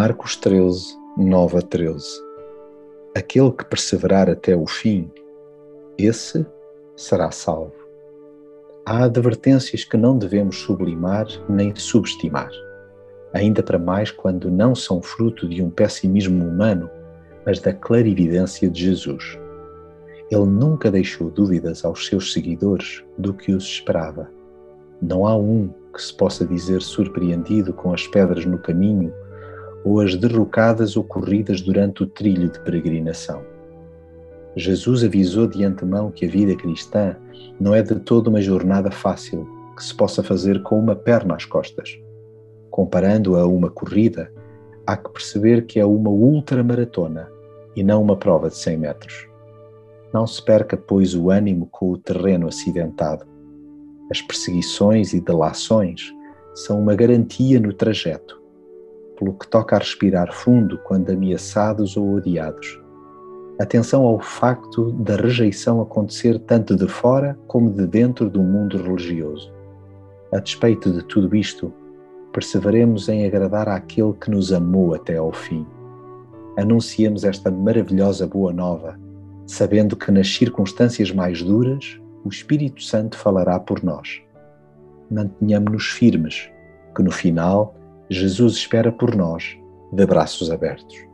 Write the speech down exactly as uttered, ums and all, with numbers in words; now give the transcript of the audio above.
Marcos treze, nove a treze. Aquele que perseverar até o fim, esse será salvo. Há advertências que não devemos sublimar nem subestimar, ainda para mais quando não são fruto de um pessimismo humano, mas da clarividência de Jesus. Ele nunca deixou dúvidas aos seus seguidores do que os esperava. Não há um que se possa dizer surpreendido com as pedras no caminho ou as derrocadas ocorridas durante o trilho de peregrinação. Jesus avisou de antemão que a vida cristã não é de todo uma jornada fácil que se possa fazer com uma perna às costas. Comparando-a a uma corrida, há que perceber que é uma ultramaratona e não uma prova de cem metros. Não se perca, pois, o ânimo com o terreno acidentado. As perseguições e delações são uma garantia no trajeto, pelo que toca a respirar fundo quando ameaçados ou odiados. Atenção ao facto da rejeição acontecer tanto de fora como de dentro do mundo religioso. A despeito de tudo isto, perseveremos em agradar àquele que nos amou até ao fim. Anunciemos esta maravilhosa boa nova, sabendo que nas circunstâncias mais duras, o Espírito Santo falará por nós. Mantenhamo-nos firmes, que no final, Jesus espera por nós, de braços abertos.